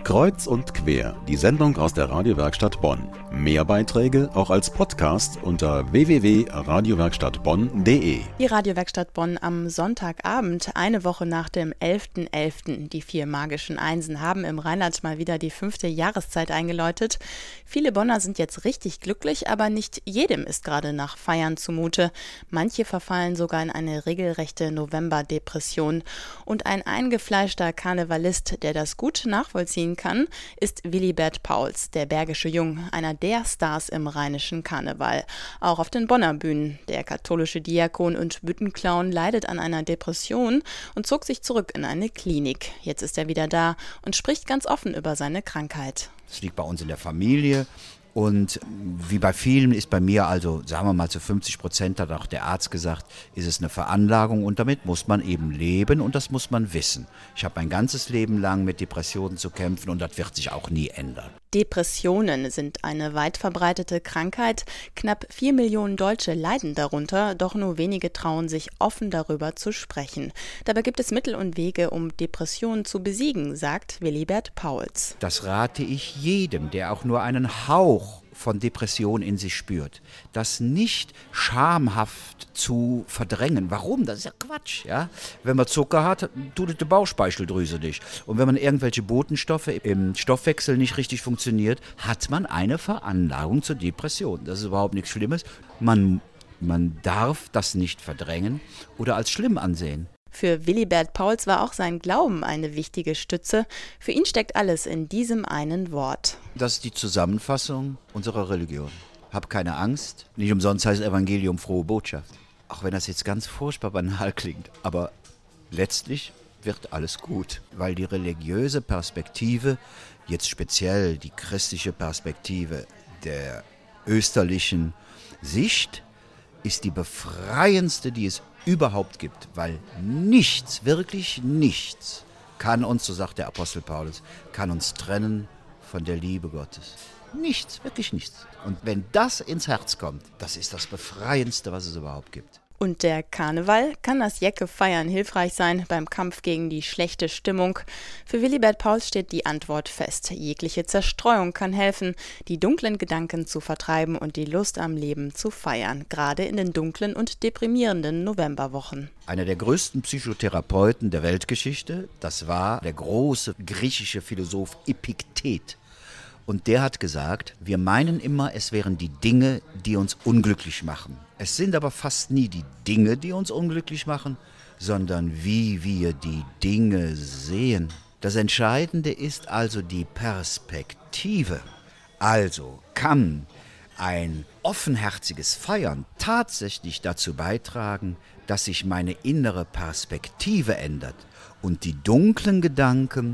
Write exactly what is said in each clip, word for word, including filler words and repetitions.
Kreuz und quer, die Sendung aus der Radiowerkstatt Bonn. Mehr Beiträge auch als Podcast unter w w w punkt radiowerkstattbonn punkt d e. Die Radiowerkstatt Bonn am Sonntagabend, eine Woche nach dem elften elften Die vier magischen Einsen haben im Rheinland mal wieder die fünfte Jahreszeit eingeläutet. Viele Bonner sind jetzt richtig glücklich, aber nicht jedem ist gerade nach Feiern zumute. Manche verfallen sogar in eine regelrechte Novemberdepression. Und ein eingefleischter Karnevalist, der das gut nachvollziehen kann, ist Willibert Pauls, der Bergische Jung, einer der Stars im rheinischen Karneval. Auch auf den Bonner Bühnen. Der katholische Diakon und Büttenclown leidet an einer Depression und zog sich zurück in eine Klinik. Jetzt ist er wieder da und spricht ganz offen über seine Krankheit. Es liegt bei uns in der Familie. Und wie bei vielen ist bei mir, also sagen wir mal zu fünfzig Prozent, hat auch der Arzt gesagt, ist es eine Veranlagung und damit muss man eben leben und das muss man wissen. Ich habe mein ganzes Leben lang mit Depressionen zu kämpfen und das wird sich auch nie ändern. Depressionen sind eine weit verbreitete Krankheit. Knapp vier Millionen Deutsche leiden darunter, doch nur wenige trauen sich offen darüber zu sprechen. Dabei gibt es Mittel und Wege, um Depressionen zu besiegen, sagt Willibert Pauls. Das rate ich jedem, der auch nur einen Hauch von Depression in sich spürt, das nicht schamhaft zu verdrängen. Warum? Das ist ja Quatsch. Ja? Wenn man Zucker hat, tut es die Bauchspeicheldrüse nicht. Und wenn man irgendwelche Botenstoffe im Stoffwechsel nicht richtig funktioniert, hat man eine Veranlagung zur Depression. Das ist überhaupt nichts Schlimmes. Man, man darf das nicht verdrängen oder als schlimm ansehen. Für Willibert Pauls war auch sein Glauben eine wichtige Stütze. Für ihn steckt alles in diesem einen Wort. Das ist die Zusammenfassung unserer Religion. Hab keine Angst. Nicht umsonst heißt Evangelium frohe Botschaft. Auch wenn das jetzt ganz furchtbar banal klingt. Aber letztlich wird alles gut. Weil die religiöse Perspektive, jetzt speziell die christliche Perspektive der österlichen Sicht, ist die befreiendste, die es überhaupt gibt, weil nichts, wirklich nichts kann uns, so sagt der Apostel Paulus, kann uns trennen von der Liebe Gottes. Nichts, wirklich nichts. Und wenn das ins Herz kommt, das ist das Befreiendste, was es überhaupt gibt. Und der Karneval kann das Jäcke-Feiern hilfreich sein beim Kampf gegen die schlechte Stimmung. Für Willibert Pauls steht die Antwort fest. Jegliche Zerstreuung kann helfen, die dunklen Gedanken zu vertreiben und die Lust am Leben zu feiern, gerade in den dunklen und deprimierenden Novemberwochen. Einer der größten Psychotherapeuten der Weltgeschichte, das war der große griechische Philosoph Epiktet. Und der hat gesagt, wir meinen immer, es wären die Dinge, die uns unglücklich machen. Es sind aber fast nie die Dinge, die uns unglücklich machen, sondern wie wir die Dinge sehen. Das Entscheidende ist also die Perspektive. Also kann ein offenherziges Feiern tatsächlich dazu beitragen, dass sich meine innere Perspektive ändert und die dunklen Gedanken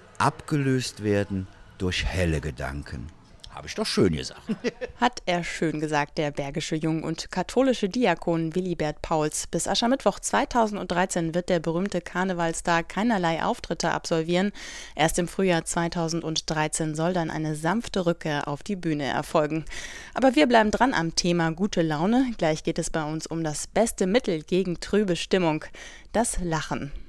abgelöst werden durch helle Gedanken. Habe ich doch schön gesagt. Hat er schön gesagt, der Bergische Jung und katholische Diakon Willibert Pauls. Bis Aschermittwoch zweitausenddreizehn wird der berühmte Karnevalstar keinerlei Auftritte absolvieren. Erst im Frühjahr zweitausenddreizehn soll dann eine sanfte Rückkehr auf die Bühne erfolgen. Aber wir bleiben dran am Thema gute Laune. Gleich geht es bei uns um das beste Mittel gegen trübe Stimmung, das Lachen.